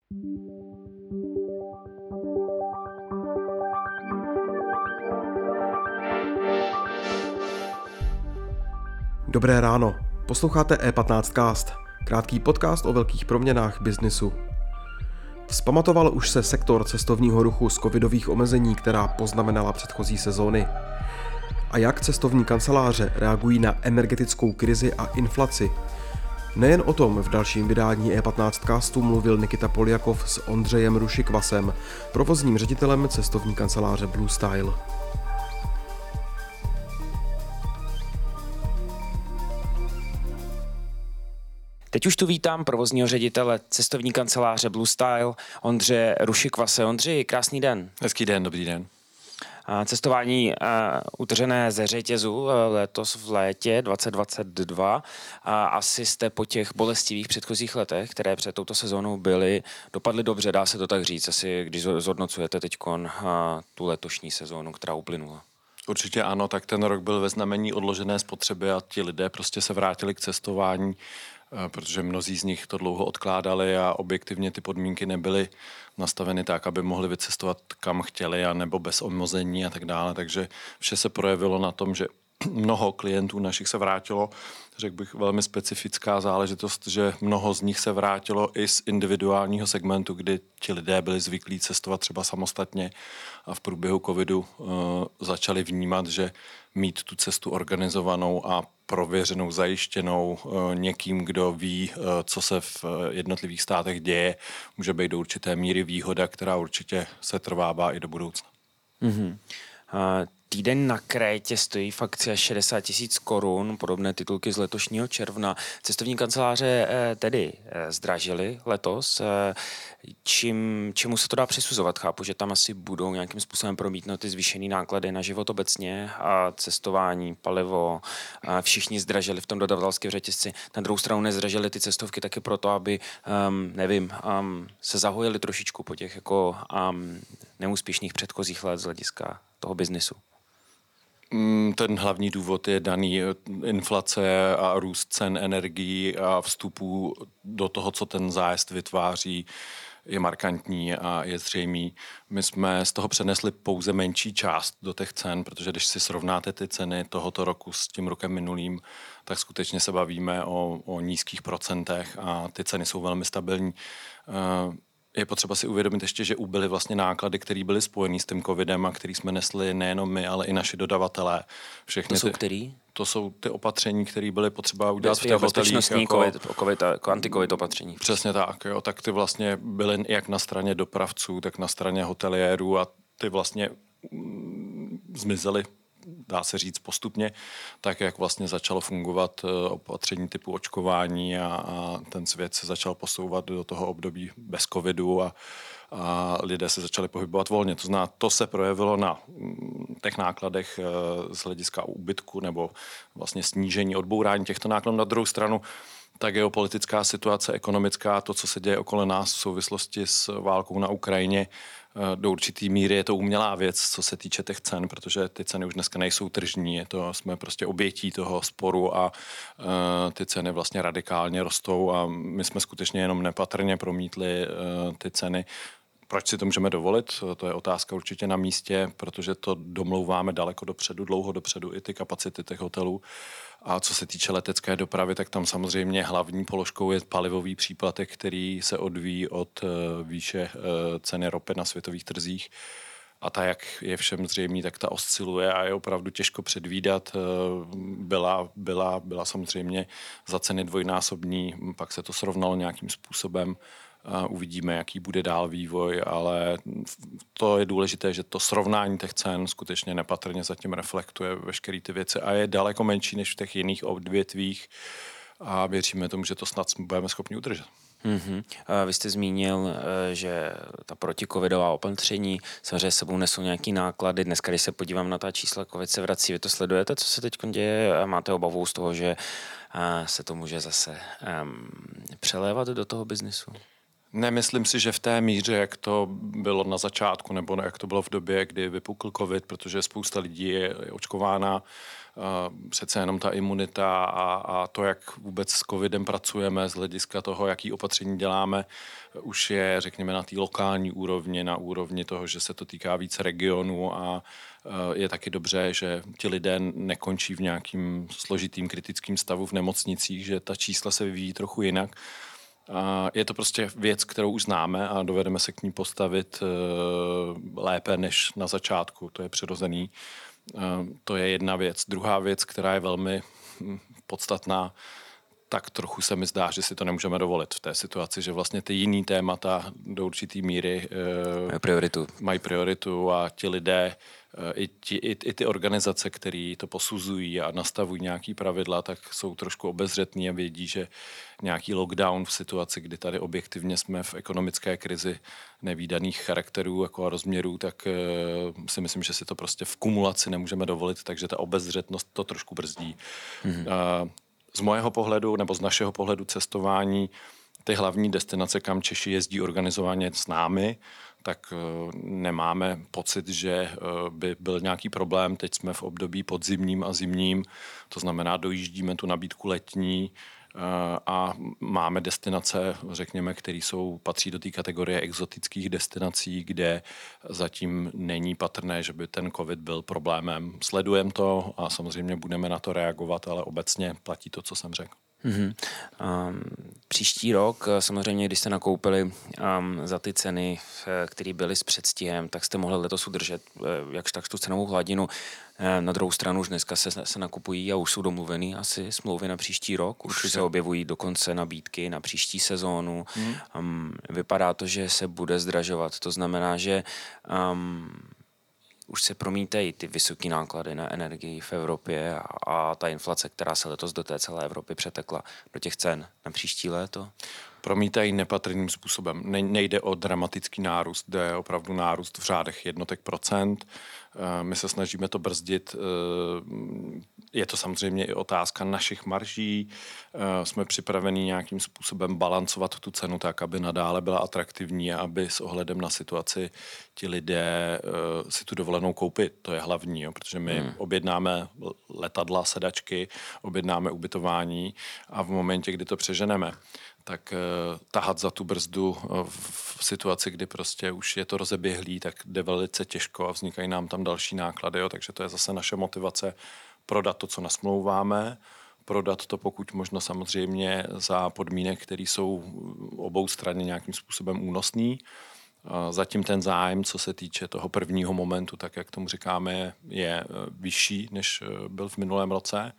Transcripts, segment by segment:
Dobré ráno, posloucháte E15cast, krátký podcast o velkých proměnách biznisu. Vzpamatoval už se sektor cestovního ruchu z covidových omezení, která poznamenala předchozí sezóny. A jak cestovní kanceláře reagují na energetickou krizi a inflaci? Nejen o tom v dalším vydání E15castu mluvil Nikita Poljakov s Ondřejem Rušikvasem, provozním ředitelem cestovní kanceláře Blue Style. Teď už tu vítám provozního ředitele cestovní kanceláře Blue Style, Ondřeje Rušikvase. Ondřej, krásný den. Hezký den, dobrý den. Cestování utržené ze řetězu letos v létě 2022. Asi jste po těch bolestivých předchozích letech, které před touto sezónou byly, dopadly dobře, dá se to tak říct, asi když zhodnocujete teďkon tu letošní sezónu, která uplynula. Určitě ano, tak ten rok byl ve znamení odložené spotřeby a ti lidé prostě se vrátili k cestování, protože mnozí z nich to dlouho odkládali a objektivně ty podmínky nebyly nastaveny tak, aby mohli vycestovat kam chtěli a nebo bez omezení a tak dále. Takže vše se projevilo na tom, že mnoho klientů našich se vrátilo, řekl bych velmi specifická záležitost, že mnoho z nich se vrátilo i z individuálního segmentu, kdy ti lidé byli zvyklí cestovat třeba samostatně a v průběhu covidu začali vnímat, že mít tu cestu organizovanou a prověřenou, zajištěnou někým, kdo ví, co se v jednotlivých státech děje, může být do určité míry výhoda, která určitě se trvává i do budoucna. Mm-hmm. Týden na Krétě stojí v akci až 60 000 korun, podobné titulky z letošního června. Cestovní kanceláře tedy zdražily letos. Čemu se to dá přisuzovat? Chápu, že tam asi budou nějakým způsobem promítnuty zvýšený náklady na život obecně a cestování, palivo. Všichni zdražili v tom dodavatelském řetězci. Na druhou stranu nezdražily ty cestovky taky proto, aby, se zahojili trošičku po těch jako neúspěšných předchozích let z hlediska toho biznisu. Ten hlavní důvod je daný inflace a růst cen energií a vstupů do toho, co ten zájezd vytváří, je markantní a je zřejmý. My jsme z toho přenesli pouze menší část do těch cen, protože když si srovnáte ty ceny tohoto roku s tím rokem minulým, tak skutečně se bavíme o nízkých procentech a ty ceny jsou velmi stabilní. Je potřeba si uvědomit ještě, že ubyly vlastně náklady, které byly spojený s tím covidem a který jsme nesli nejenom my, ale i naši dodavatelé. Všechny to jsou který? To jsou ty opatření, které byly potřeba udělat v těch hotelích. Bezpečnostní jako anti-covid opatření. Přesně tak, jo. Tak ty vlastně byly jak na straně dopravců, tak na straně hoteliérů a ty vlastně zmizely, dá se říct postupně, tak jak vlastně začalo fungovat opatření typu očkování a ten svět se začal posouvat do toho období bez covidu a lidé se začali pohybovat volně. To znamená, to se projevilo na těch nákladech z hlediska úbytku nebo vlastně snížení, odbourání těchto nákladů. Na druhou stranu ta geopolitická situace, ekonomická, to, co se děje okolo nás v souvislosti s válkou na Ukrajině, do určitý míry je to umělá věc, co se týče těch cen, protože ty ceny už dneska nejsou tržní, jsme prostě obětí toho sporu a ty ceny vlastně radikálně rostou a my jsme skutečně jenom nepatrně promítli ty ceny. Proč si to můžeme dovolit? To je otázka určitě na místě, protože to domlouváme daleko dopředu, dlouho dopředu i ty kapacity těch hotelů. A co se týče letecké dopravy, tak tam samozřejmě hlavní položkou je palivový příplatek, který se odvíjí od výše ceny ropy na světových trzích. A ta, jak je všem zřejmý, tak ta osciluje a je opravdu těžko předvídat. Byla samozřejmě za ceny dvojnásobní, pak se to srovnalo nějakým způsobem. Uvidíme, jaký bude dál vývoj, ale to je důležité, že to srovnání těch cen skutečně nepatrně zatím reflektuje veškeré ty věci a je daleko menší než v těch jiných odvětvích a věříme tomu, že to snad budeme schopni udržet. Mm-hmm. Vy jste zmínil, že ta protikovidová opatření samozřejmě sebou nesou nějaký náklady. Dneska, když se podívám na ta čísla, covid se vrací, vy to sledujete, co se teď děje? Máte obavu z toho, že se to může zase přelévat do toho biznisu? Nemyslím si, že v té míře, jak to bylo na začátku, nebo jak to bylo v době, kdy vypukl covid, protože spousta lidí je očkována, přece jenom ta imunita a to, jak vůbec s covidem pracujeme z hlediska toho, jaký opatření děláme, už je, řekněme, na té lokální úrovni, na úrovni toho, že se to týká více regionů a je taky dobře, že ti lidé nekončí v nějakým složitým kritickým stavu v nemocnicích, že ta čísla se vyvíjí trochu jinak. Je to prostě věc, kterou už známe a dovedeme se k ní postavit lépe než na začátku. To je přirozený. To je jedna věc. Druhá věc, která je velmi podstatná, tak trochu se mi zdá, že si to nemůžeme dovolit v té situaci, že vlastně ty jiný témata do určitý míry mají prioritu a ti lidé, i ty organizace, které to posuzují a nastavují nějaký pravidla, tak jsou trošku obezřetní a vědí, že nějaký lockdown v situaci, kdy tady objektivně jsme v ekonomické krizi nevídaných charakterů jako a rozměrů, tak si myslím, že si to prostě v kumulaci nemůžeme dovolit, takže ta obezřetnost to trošku brzdí. Z mého pohledu nebo z našeho pohledu cestování ty hlavní destinace, kam Češi jezdí organizovaně s námi, tak nemáme pocit, že by byl nějaký problém. Teď jsme v období podzimním a zimním, to znamená, dojíždíme tu nabídku letní a máme destinace, řekněme, které patří do té kategorie exotických destinací, kde zatím není patrné, že by ten covid byl problémem. Sledujeme to a samozřejmě budeme na to reagovat, ale obecně platí to, co jsem řekl. Příští rok, samozřejmě, když jste nakoupili za ty ceny, které byly s předstihem, tak jste mohli letos udržet jakž tak tu cenovou hladinu. Na druhou stranu už dneska se nakupují a už jsou domluvený asi smlouvy na příští rok. Už se objevují dokonce nabídky na příští sezónu. Vypadá to, že se bude zdražovat. To znamená, že už se promítají ty vysoké náklady na energii v Evropě a ta inflace, která se letos do té celé Evropy přetekla do těch cen na příští léto? Promítají nepatrným způsobem. Nejde o dramatický nárůst, jde opravdu nárůst v řádech jednotek procent. My se snažíme to brzdit. Je to samozřejmě i otázka našich marží. Jsme připraveni nějakým způsobem balancovat tu cenu tak, aby nadále byla atraktivní a aby s ohledem na situaci ti lidé si tu dovolenou koupit. To je hlavní, jo, protože my objednáme letadla, sedačky, objednáme ubytování a v momentě, kdy to přeženeme, tak tahat za tu brzdu v situaci, kdy prostě už je to rozeběhlý, tak jde velice těžko a vznikají nám tam další náklady. Jo. Takže to je zase naše motivace prodat to, co nasmlouváme, prodat to pokud možno samozřejmě za podmínek, které jsou obou strany nějakým způsobem únosný. Zatím ten zájem, co se týče toho prvního momentu, tak jak tomu říkáme, je vyšší, než byl v minulém roce.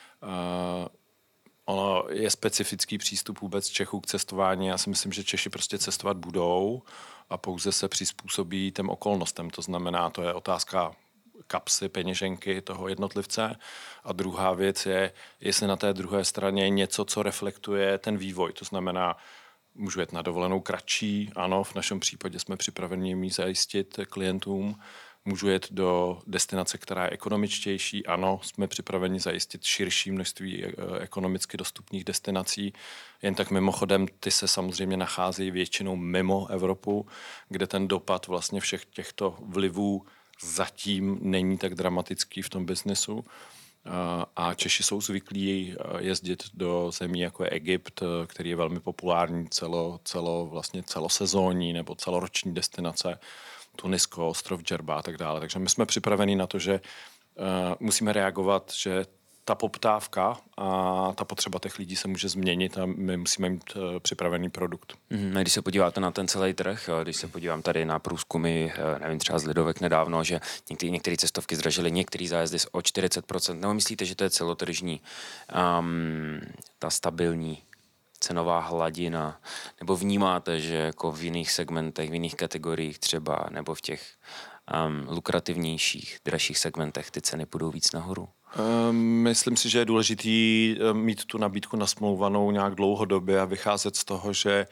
Ono je specifický přístup vůbec Čechů k cestování. Já si myslím, že Češi prostě cestovat budou a pouze se přizpůsobí těm okolnostem. To znamená, to je otázka kapsy, peněženky toho jednotlivce. A druhá věc je, jestli na té druhé straně je něco, co reflektuje ten vývoj. To znamená, můžu jet na dovolenou kratší, ano, v našem případě jsme připraveni ji zajistit klientům. Můžu jet do destinace, která je ekonomičtější, ano, jsme připraveni zajistit širší množství ekonomicky dostupných destinací. Jen tak mimochodem, ty se samozřejmě nacházejí většinou mimo Evropu, kde ten dopad vlastně všech těchto vlivů zatím není tak dramatický v tom biznesu. A Češi jsou zvyklí jezdit do zemí, jako je Egypt, který je velmi populární vlastně celosezónní nebo celoroční destinace, Tunisko, ostrov Džerba a tak dále. Takže my jsme připraveni na to, že musíme reagovat, že ta poptávka a ta potřeba těch lidí se může změnit a my musíme mít připravený produkt. Když se podíváte na ten celý trh, když se podívám tady na průzkumy, nevím, třeba z Lidovek nedávno, že některé cestovky zdražily, některé zájezdy o 40%. Nebo myslíte, že to je celotržní, ta stabilní cenová hladina? Nebo vnímáte, že jako v jiných segmentech, v jiných kategoriích třeba, nebo v těch lukrativnějších, dražších segmentech ty ceny půjdou víc nahoru? Myslím si, že je důležitý mít tu nabídku nasmlouvanou nějak dlouhodobě a vycházet z toho, že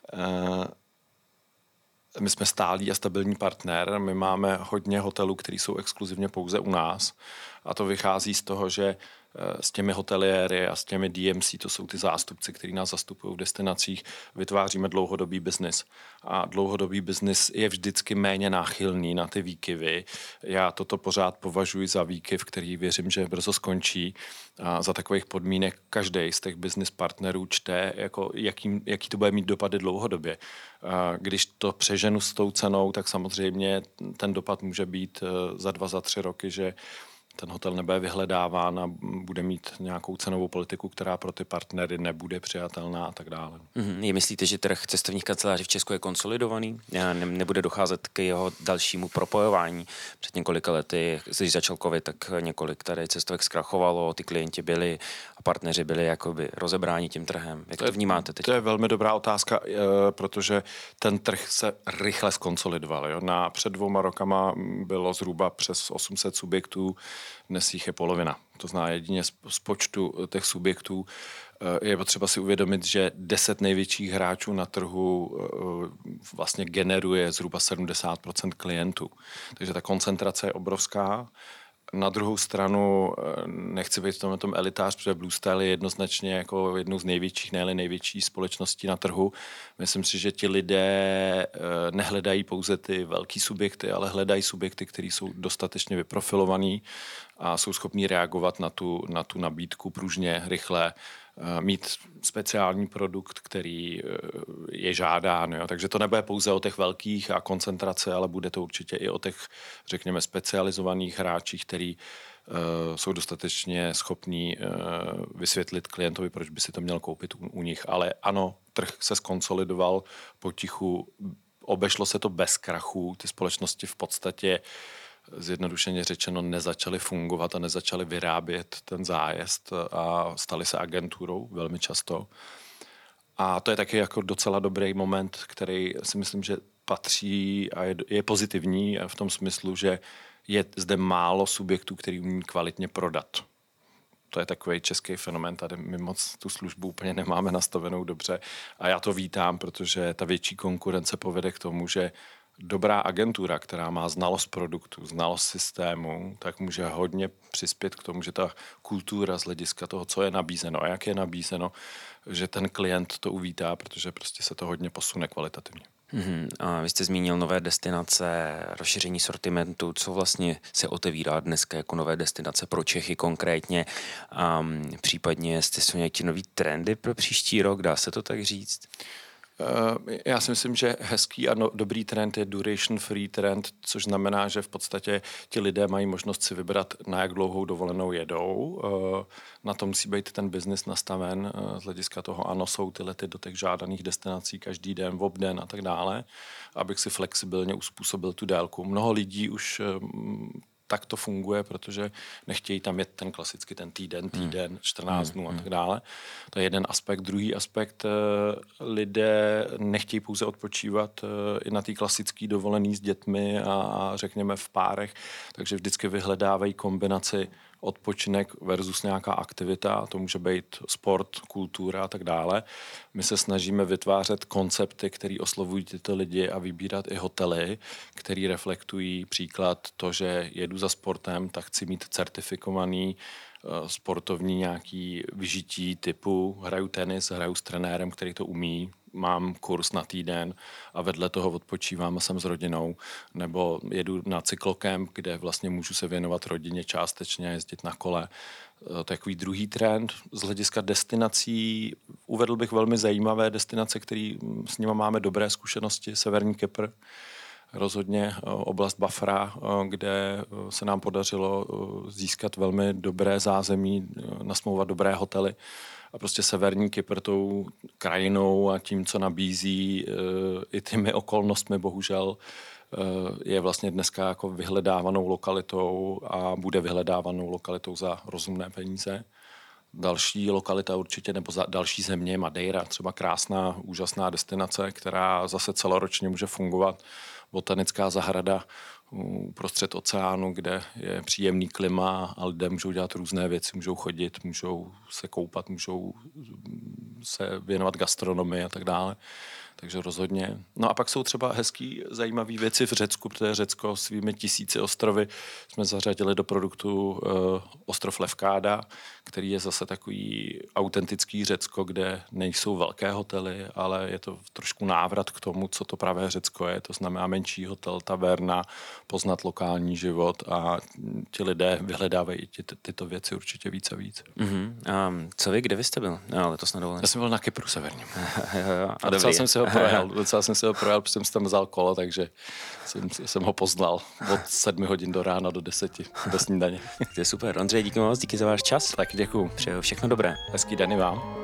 my jsme stálý a stabilní partner. My máme hodně hotelů, které jsou exkluzivně pouze u nás. A to vychází z toho, že s těmi hoteliéry a s těmi DMC, to jsou ty zástupci, kteří nás zastupují v destinacích, vytváříme dlouhodobý biznis. A dlouhodobý biznis je vždycky méně náchylný na ty výkyvy. Já toto pořád považuji za výkyv, který věřím, že brzo skončí. A za takových podmínek každý z těch business partnerů čte, jako jaký to bude mít dopady dlouhodobě. A když to přeženu s tou cenou, tak samozřejmě ten dopad může být za 2, za 3 roky, že ten hotel nebude vyhledáván a bude mít nějakou cenovou politiku, která pro ty partnery nebude přijatelná a tak dále. Myslíte, že trh cestovních kanceláří v Česku je konsolidovaný? Nebude docházet k jeho dalšímu propojování? Před několika lety, když začal covid, tak několik tady cestovek zkrachovalo, ty klienti byli a partneři byli jakoby rozebráni tím trhem. Jak to vnímáte teď? To je velmi dobrá otázka, protože ten trh se rychle skonsolidoval. Jo? Před 2 rokama bylo zhruba přes 800 subjektů, dnes jich je polovina. To znamená jedině z počtu těch subjektů. Je potřeba si uvědomit, že 10 největších hráčů na trhu vlastně generuje zhruba 70% klientů. Takže ta koncentrace je obrovská. Na druhou stranu nechci být v tom elitář, protože Blue Style je jednoznačně jako jednou z největších, ne největší společností na trhu. Myslím si, že ti lidé nehledají pouze ty velký subjekty, ale hledají subjekty, které jsou dostatečně vyprofilovaní a jsou schopní reagovat na tu nabídku pružně, rychle, mít speciální produkt, který je žádán. Jo. Takže to nebude pouze o těch velkých a koncentrace, ale bude to určitě i o těch, řekněme, specializovaných hráčích, který jsou dostatečně schopní vysvětlit klientovi, proč by si to měl koupit u nich. Ale ano, trh se skonsolidoval potichu, obešlo se to bez krachu, ty společnosti v podstatě zjednodušeně řečeno nezačaly fungovat a nezačaly vyrábět ten zájezd a staly se agenturou velmi často. A to je taky jako docela dobrý moment, který si myslím, že patří a je pozitivní v tom smyslu, že je zde málo subjektů, který umí kvalitně prodat. To je takový český fenomén, tady my moc tu službu úplně nemáme nastavenou dobře a já to vítám, protože ta větší konkurence povede k tomu, že dobrá agentura, která má znalost produktu, znalost systému, tak může hodně přispět k tomu, že ta kultura z hlediska toho, co je nabízeno a jak je nabízeno, že ten klient to uvítá, protože prostě se to hodně posune kvalitativně. A vy jste zmínil nové destinace, rozšíření sortimentu, co vlastně se otevírá dneska jako nové destinace pro Čechy konkrétně. Případně jsou nějaké nový trendy pro příští rok, dá se to tak říct? Já si myslím, že hezký a dobrý trend je duration free trend, což znamená, že v podstatě ti lidé mají možnost si vybrat, na jak dlouhou dovolenou jedou. Na to musí být ten biznis nastaven z hlediska toho, ano, jsou ty lety do těch žádaných destinací každý den, v obden a tak dále, abych si flexibilně uspůsobil tu délku. Mnoho lidí už tak to funguje, protože nechtějí tam jet ten klasicky ten týden, 14 dnů a tak dále. To je jeden aspekt. Druhý aspekt, lidé nechtějí pouze odpočívat i na té klasické dovolené s dětmi a řekněme v párech, takže vždycky vyhledávají kombinaci odpočinek versus nějaká aktivita, to může být sport, kultura a tak dále. My se snažíme vytvářet koncepty, které oslovují tyto lidi a vybírat i hotely, které reflektují příklad to, že jedu za sportem, tak chci mít certifikovaný sportovní nějaký vyžití typu hraju tenis, hraju s trenérem, který to umí, mám kurz na týden a vedle toho odpočívám a jsem s rodinou, nebo jedu na cyklokemp, kde vlastně můžu se věnovat rodině částečně, jezdit na kole. To je takový druhý trend. Z hlediska destinací uvedl bych velmi zajímavé destinace, které s nimi máme dobré zkušenosti. Severní Kypr, rozhodně oblast Bafra, kde se nám podařilo získat velmi dobré zázemí, nasmlouvat dobré hotely. A prostě severní Kypr tou krajinou a tím, co nabízí, i těmi okolnostmi bohužel, je vlastně dneska jako vyhledávanou lokalitou a bude vyhledávanou lokalitou za rozumné peníze. Další lokalita určitě, nebo další země je Madeira, třeba krásná, úžasná destinace, která zase celoročně může fungovat. Botanická zahrada uprostřed oceánu, kde je příjemný klima a lidé můžou dělat různé věci, můžou chodit, můžou se koupat, můžou se věnovat gastronomii a tak dále. Takže rozhodně. No a pak jsou třeba hezký, zajímavé věci v Řecku, protože Řecko svými 1000 ostrovy jsme zařadili do produktu ostrov Lefkáda, který je zase takový autentický Řecko, kde nejsou velké hotely, ale je to trošku návrat k tomu, co to pravé Řecko je. To znamená menší hotel, taverna, poznat lokální život a ti lidé vyhledávají tyto věci určitě víc a víc. Co vy, kde vy jste byl letos na dovolené? Já jsem byl na Kypru severním. A docela jsem si ho projel, protože jsem si tam vzal kolo, takže jsem ho poznal od 7 hodin do rána do 10 do snídaně. To je super. Ondřej, díky moc, díky za váš čas. Tak děkuju. Přeju všechno dobré. Hezký den i vám.